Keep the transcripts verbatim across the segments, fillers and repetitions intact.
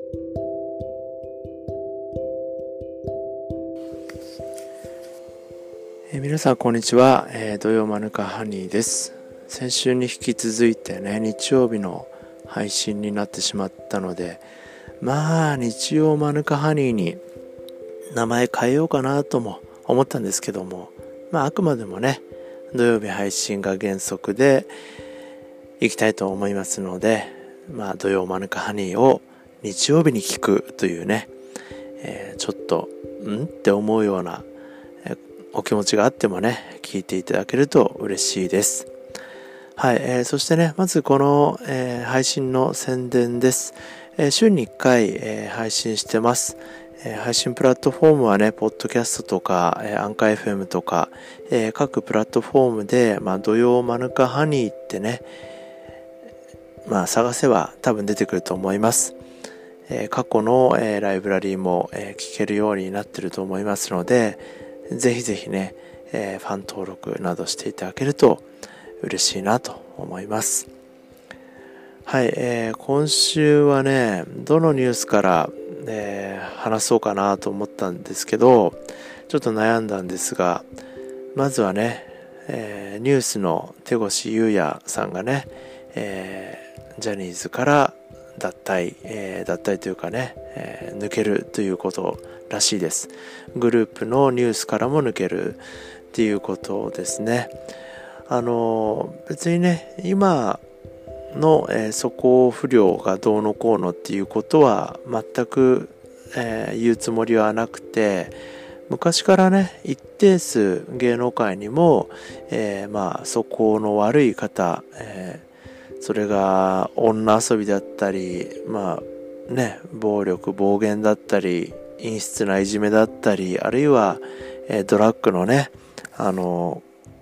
えー、皆さんこんにちは、えー、土曜マヌカハニーです。先週に引き続いてね、日曜日の配信になってしまったので、まあ日曜マヌカハニーに名前変えようかなとも思ったんですけども、まああくまでもね土曜日配信が原則でいきたいと思いますので、まあ土曜マヌカハニーを日曜日に聞くというね、えー、ちょっとんって思うようなお気持ちがあってもね、聞いていただけると嬉しいです。はい、えー、そしてね、まずこの、えー、配信の宣伝です。えー、週にいっかい、えー、配信してます。えー、配信プラットフォームはね、ポッドキャストとか、えー、アンカー エフエム とか、えー、各プラットフォームで、まあ、土曜マヌカハニーってね、まあ、探せば多分出てくると思います。えー、過去の、えー、ライブラリーも、えー、聞けるようになってると思いますので、ぜひぜひね、えー、ファン登録などしていただけると嬉しいなと思います。はい、えー、今週はね、どのニュースから、えー、話そうかなと思ったんですけど、ちょっと悩んだんですが、まずはね、えー、ニュースの手越優也さんがね、えー、ジャニーズから脱退、えー、脱退というかね、えー、抜けるということらしいです。グループのニュースからも抜けるっていうことですね。あの別にね、今の、えー、素行不良がどうのこうのっていうことは全く、えー、言うつもりはなくて、昔からね一定数芸能界にも、えー、まあ素行の悪い方、えー、それが女遊びだったり、まあね暴力暴言だったり陰湿ないじめだったり、あるいは、えー、ドラッグのねあの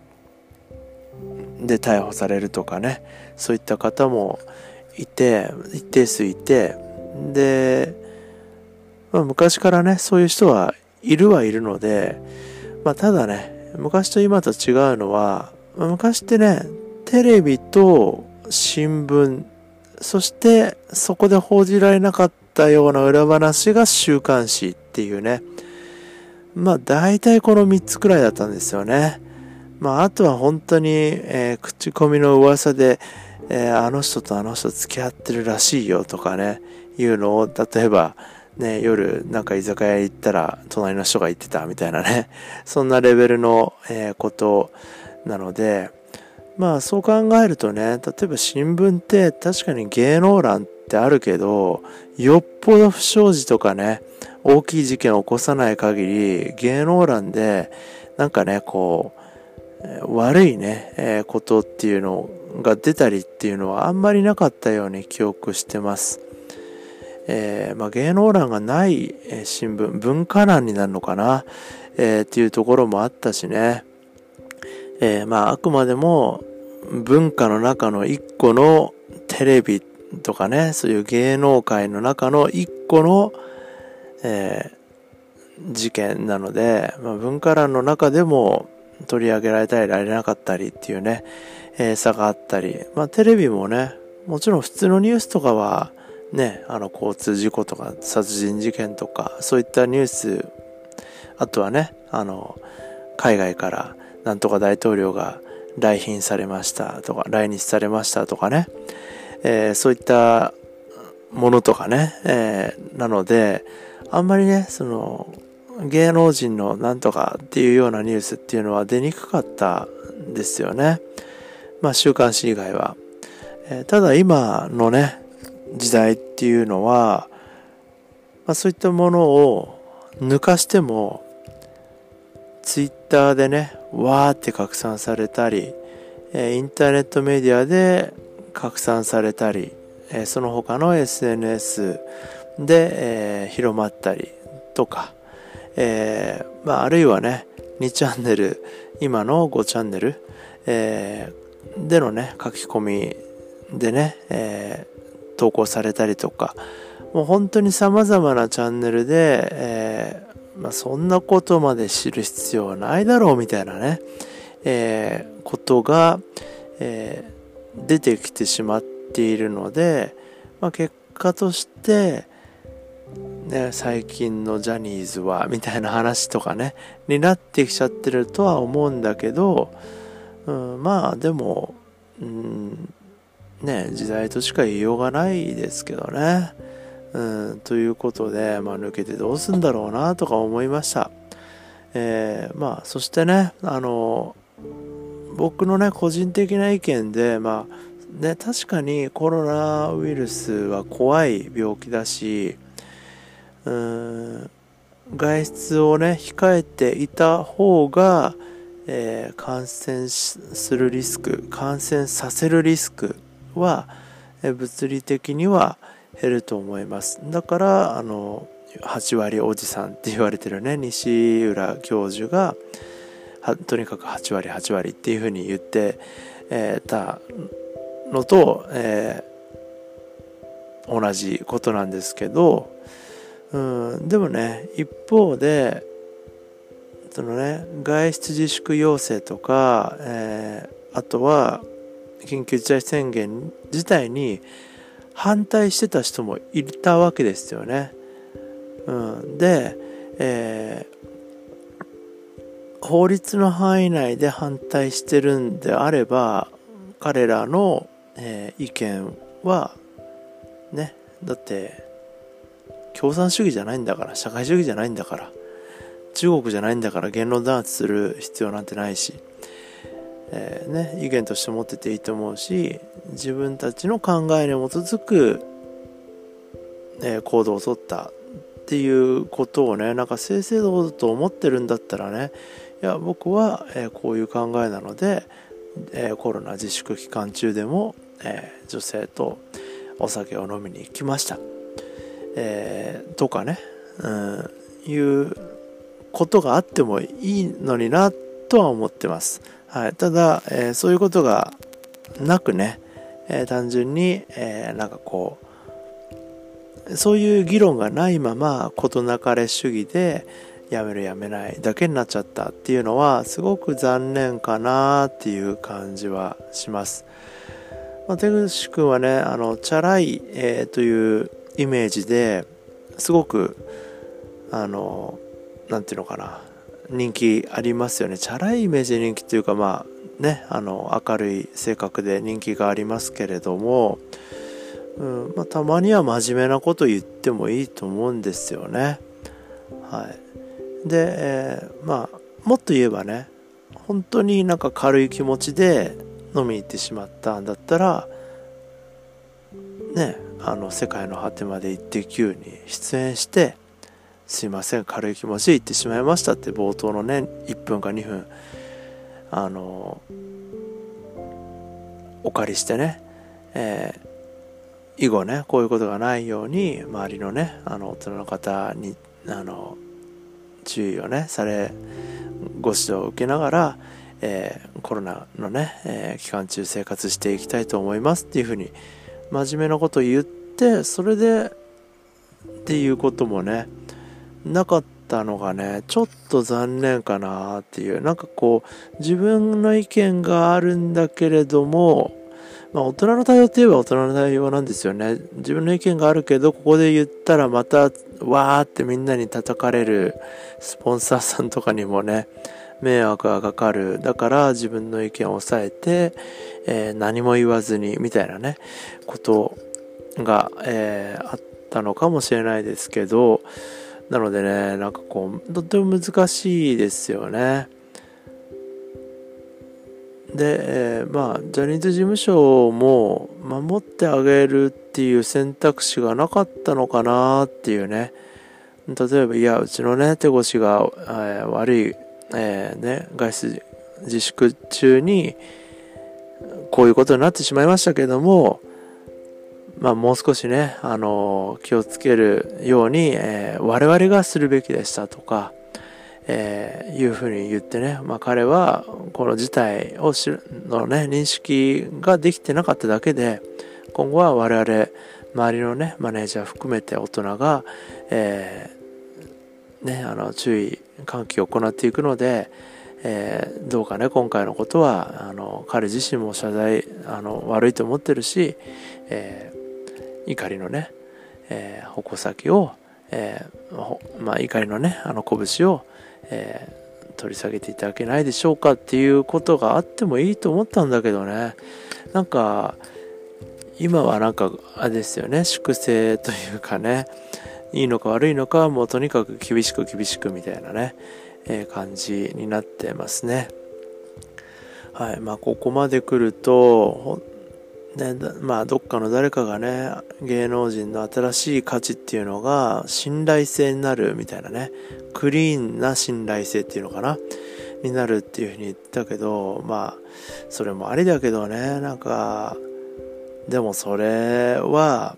で逮捕されるとかね、そういった方もいて、一定数いて、で、まあ、昔からねそういう人はいるはいるので、まあ、ただね昔と今と違うのは、昔ってねテレビと新聞、そしてそこで報じられなかったような裏話が週刊誌っていうね、まあ大体このみっつくらいだったんですよね。まああとは本当に、えー、口コミの噂で、えー、あの人とあの人付き合ってるらしいよとかねいうのを、例えばね夜なんか居酒屋行ったら隣の人が言ってたみたいなね、そんなレベルの、えー、ことなので、まあそう考えるとね、例えば新聞って確かに芸能欄ってあるけど、よっぽど不祥事とかね大きい事件を起こさない限り芸能欄でなんかねこう悪いね、えー、ことっていうのが出たりっていうのはあんまりなかったように記憶してます。えーまあ、芸能欄がない、えー、新聞、文化欄になるのかな、えー、っていうところもあったしね、えー、まああくまでも文化の中の一個のテレビとかね、そういう芸能界の中の一個の、えー、事件なので、まあ、文化欄の中でも取り上げられたりられなかったりっていうね、えー、差があったり、まあテレビもね、もちろん普通のニュースとかはね、あの交通事故とか殺人事件とかそういったニュース、あとはね、あの海外からなんとか大統領が来賓されましたとか来日されましたとかね、えー、そういったものとかね、えー、なのであんまりねその芸能人のなんとかっていうようなニュースっていうのは出にくかったんですよね。まあ週刊誌以外は、えー、ただ今のね時代っていうのは、まあ、そういったものを抜かしてもツイッターでねわーって拡散されたり、えー、インターネットメディアで拡散されたり、えー、その他の エスエヌエス で、えー、広まったりとか、えーまあ、あるいはねにチャンネル、今のごチャンネル、えー、でのね書き込みでね、えー、投稿されたりとか、もう本当に様々なチャンネルで、えーまあ、そんなことまで知る必要はないだろうみたいなね、えー、ことが、えー、出てきてしまっているので、まあ、結果としてね、最近のジャニーズはみたいな話とかねになってきちゃってるとは思うんだけど、うん、まあでも、うん、ね時代としか言いようがないですけどね、うん、ということで、まあ、抜けてどうすんだろうなとか思いました。えー、まあそしてねあの僕のね個人的な意見で、まあね、確かにコロナウイルスは怖い病気だし、うーん外出をね控えていた方が、えー、感染するリスク感染させるリスクは、えー、物理的には減ると思います。だからあのはち割おじさんって言われてるね西浦教授がとにかくはち割はち割っていう風に言って、えー、たのと、えー、同じことなんですけど、うん、でもね一方でそのね外出自粛要請とか、えー、あとは緊急事態宣言自体に反対してた人もいたわけですよね。うん、で、えー、法律の範囲内で反対してるんであれば彼らの、えー、意見はねだって共産主義じゃないんだから社会主義じゃないんだから中国じゃないんだから言論弾圧する必要なんてないし、えーね、意見として持ってていいと思うし自分たちの考えに基づく、えー、行動をとったっていうことをねなんか正々堂々と思ってるんだったらねいや僕は、えー、こういう考えなので、えー、コロナ自粛期間中でも、えー、女性とお酒を飲みに行きました、えー、とかね、うん、いうことがあってもいいのになとは思ってます、はい、ただ、えー、そういうことがなくね、えー、単純に、えー、なんかこうそういう議論がないまま事なかれ主義でやめるやめないだけになっちゃったっていうのはすごく残念かなっていう感じはします。まあ、手口くんはねあのチャラい、えー、というイメージですごくあのなんていうのかな人気ありますよね。チャラいイメージで人気っていうかまあねあの明るい性格で人気がありますけれども、うんまあ、たまには真面目なこと言ってもいいと思うんですよね。はい。で、えー、まあもっと言えばね本当になんか軽い気持ちで飲みに行ってしまったんだったらねあの世界の果てまでイッテ Q に出演してすいません軽い気持ちで行ってしまいましたって冒頭のねいっぷんかにふんあのお借りしてね、えー以後ねこういうことがないように周りのねあの大人の方にあの注意をねされご指導を受けながら、えー、コロナのね、えー、期間中生活していきたいと思いますっていうふうに真面目なことを言ってそれでっていうこともねなかったのがねちょっと残念かなっていうなんかこう自分の意見があるんだけれどもまあ大人の対応って言えば大人の対応なんですよね。自分の意見があるけどここで言ったらまたわーってみんなに叩かれるスポンサーさんとかにもね迷惑がかかる。だから自分の意見を抑えて、えー、何も言わずにみたいなねことが、えー、あったのかもしれないですけどなのでねなんかこうとっても難しいですよね。で、えー、まあジャニーズ事務所も守ってあげるっていう選択肢がなかったのかなっていうね例えばいやうちのね手越が、えー、悪い、えー、ね外出自粛中にこういうことになってしまいましたけどもまあもう少しねあの気をつけるように、えー、我々がするべきでしたとかえー、いうふうに言ってね、まあ、彼はこの事態を知るのね認識ができてなかっただけで今後は我々周りのねマネージャー含めて大人が、えー、ねあの注意喚起を行っていくので、えー、どうかね今回のことはあの彼自身も謝罪あの悪いと思ってるし、えー、怒りのね、えー、矛先をえー、まあ怒りのねあの拳を、えー、取り下げていただけないでしょうかっていうことがあってもいいと思ったんだけどね、なんか今はなんかあれですよね、粛清というかね、いいのか悪いのかもうとにかく厳しく厳しくみたいなね、えー、感じになってますね。はい、まあここまで来るとね、まあどっかの誰かがね、芸能人の新しい価値っていうのが信頼性になるみたいなね、クリーンな信頼性っていうのかなになるっていうふうに言ったけど、まあそれもありだけどね、なんかでもそれは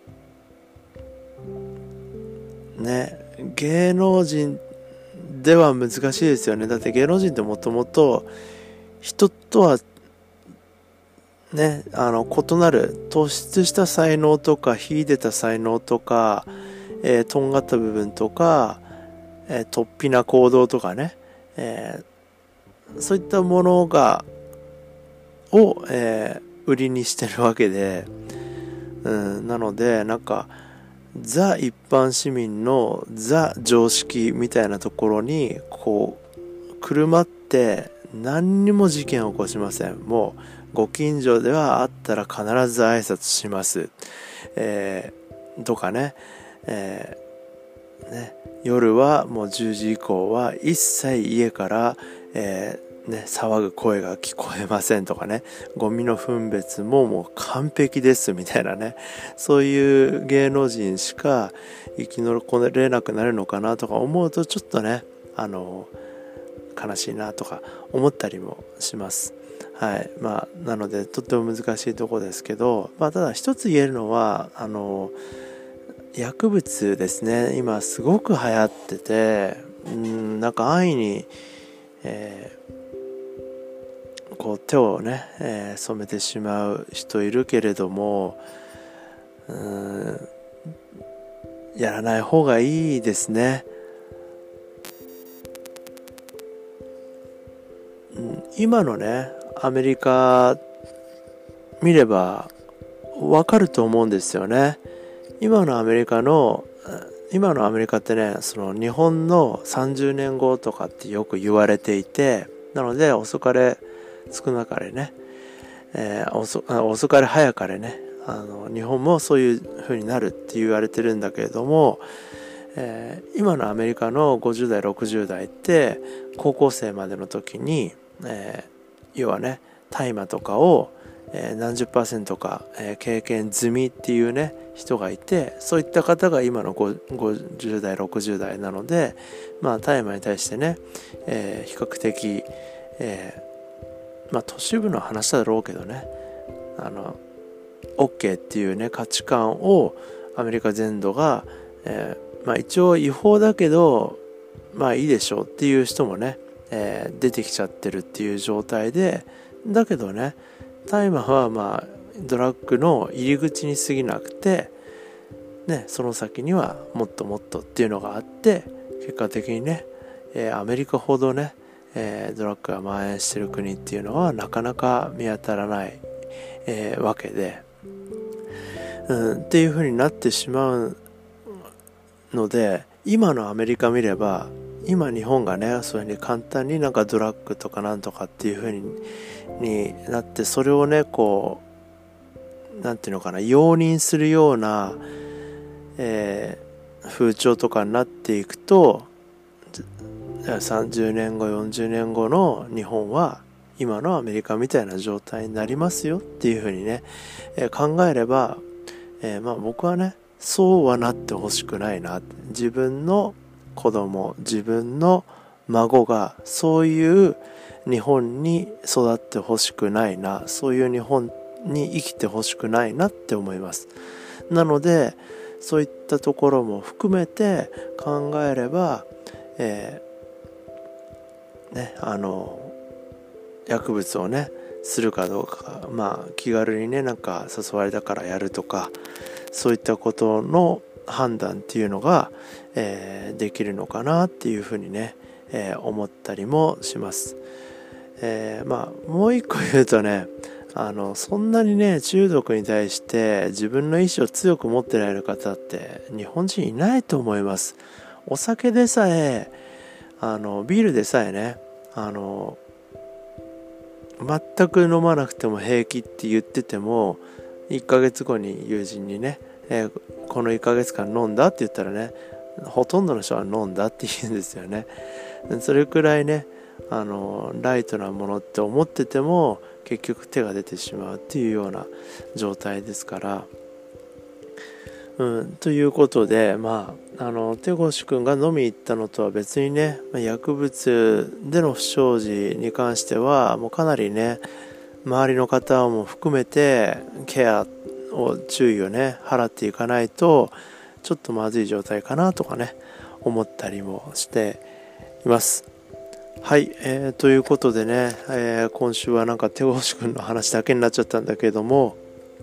ね、芸能人では難しいですよね。だって芸能人ってもともと人とはね、あの異なる突出した才能とか秀でた才能とか、えー、とんがった部分とか、えー、突飛な行動とかね、えー、そういったものがを、えー、売りにしてるわけで、うん、なのでなんかザ一般市民のザ常識みたいなところにこうくるまって何にも事件を起こしません。もうご近所では会ったら必ず挨拶します、えー、とかね、えー、ね、夜はもうじゅうじ以降は一切家から、えーね、騒ぐ声が聞こえませんとかね、ゴミの分別ももう完璧ですみたいなね、そういう芸能人しか生き残れなくなるのかなとか思うとちょっとね、あの悲しいなとか思ったりもします。はい、まあなのでとっても難しいところですけど、まあただ一つ言えるのはあの薬物ですね、今すごく流行ってて、うん、なんか安易に、えー、こう手をね、えー、染めてしまう人いるけれども、うん、やらない方がいいですね。うん、今のねアメリカ見ればわかると思うんですよね。今のアメリカの今のアメリカってね、その日本のさんじゅうねんごとかってよく言われていて、なので遅かれ少なかれね、えー、遅, 遅かれ早かれね、あの日本もそういう風になるって言われてるんだけれども、えー、今のアメリカのごじゅう代ろくじゅう代って高校生までの時に、えー、要はね大麻とかを、えー、何十パーセントか、えー、経験済みっていうね人がいて、そういった方が今のごじゅう代ろくじゅう代なので、まあ大麻に対してね、えー、比較的、えー、まあ都市部の話だろうけどね、あの OK っていうね価値観をアメリカ全土が、えー、まあ一応違法だけどまあいいでしょうっていう人もね、えー、出てきちゃってるっていう状態で、だけどね大麻はまあドラッグの入り口に過ぎなくて、ね、その先にはもっともっとっていうのがあって、結果的にね、えー、アメリカほどね、えー、ドラッグが蔓延してる国っていうのはなかなか見当たらない、えー、わけで、うん、っていう風になってしまうので、今のアメリカ見れば今日本がねそういう風に簡単になんかドラッグとかなんとかっていう風にになって、それをねこうなんていうのかな、容認するような、えー、風潮とかになっていくと、さんじゅうねんごよんじゅうねんごの日本は今のアメリカみたいな状態になりますよっていうふうにね、えー、考えれば、えー、まあ僕はねそうはなってほしくないな、自分の子供自分の孫がそういう日本に育ってほしくないな、そういう日本に生きてほしくないなって思います。なのでそういったところも含めて考えれば、えー、ねあの薬物をねするかどうか、まあ気軽にねなんか誘われたからやるとか、そういったことの判断っていうのが、えー、できるのかなっていうふうにね、えー、思ったりもします。えー、まあもう一個言うとね、 あのそんなにね中毒に対して自分の意志を強く持ってられる方って日本人いないと思います。お酒でさえあのビールでさえねあの全く飲まなくても平気って言っててもいっかげつごに友人にね、えー、このいっかげつかん飲んだって言ったらねほとんどの人は飲んだって言うんですよね。それくらいねあのライトなものって思ってても結局手が出てしまうっていうような状態ですから、うん、ということでまああの手越くんが飲み行ったのとは別にね薬物での不祥事に関してはもうかなりね周りの方も含めてケアを注意をね払っていかないとちょっとまずい状態かなとかね思ったりもしています。はい、えー、ということでね、えー、今週はなんか手越くんの話だけになっちゃったんだけども、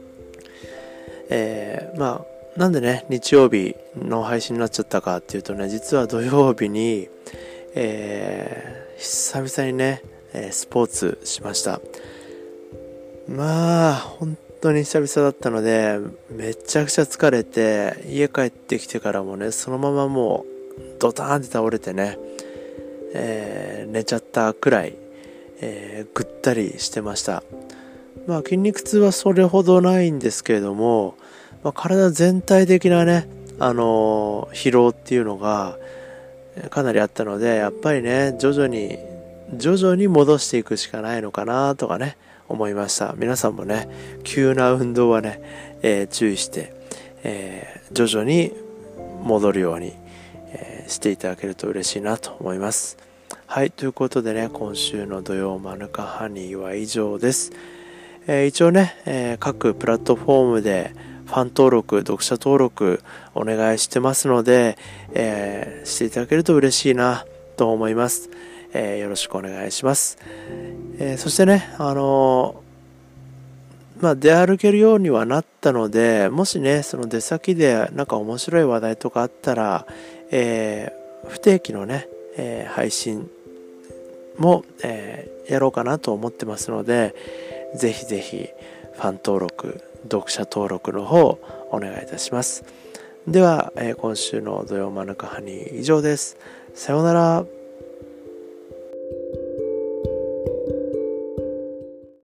えー、まあなんでね日曜日の配信になっちゃったかっていうとね実は土曜日に、えー、久々にねスポーツしました。まあ本当に久々だったのでめちゃくちゃ疲れて家帰ってきてからもねそのままもうドターンって倒れてね、えー、寝ちゃったくらい、えー、ぐったりしてました。まあ筋肉痛はそれほどないんですけれども、まあ、体全体的なねあのー、疲労っていうのがかなりあったのでやっぱりね徐々に徐々に戻していくしかないのかなとかね思いました。皆さんもね急な運動はね、えー、注意して、えー、徐々に戻るように、えー、していただけると嬉しいなと思います。はい、ということでね今週の土曜マヌカハニーは以上です。えー、一応ね、えー、各プラットフォームでファン登録読者登録お願いしてますので、えー、していただけると嬉しいなと思います。えー、よろしくお願いします。えー、そしてね、あのー、まあ、出歩けるようにはなったので、もしね、その出先でなんか面白い話題とかあったら、えー、不定期のね、えー、配信も、えー、やろうかなと思ってますので、ぜひぜひファン登録、読者登録の方お願いいたします。では、えー、今週の土曜マヌカハニー以上です。さようなら。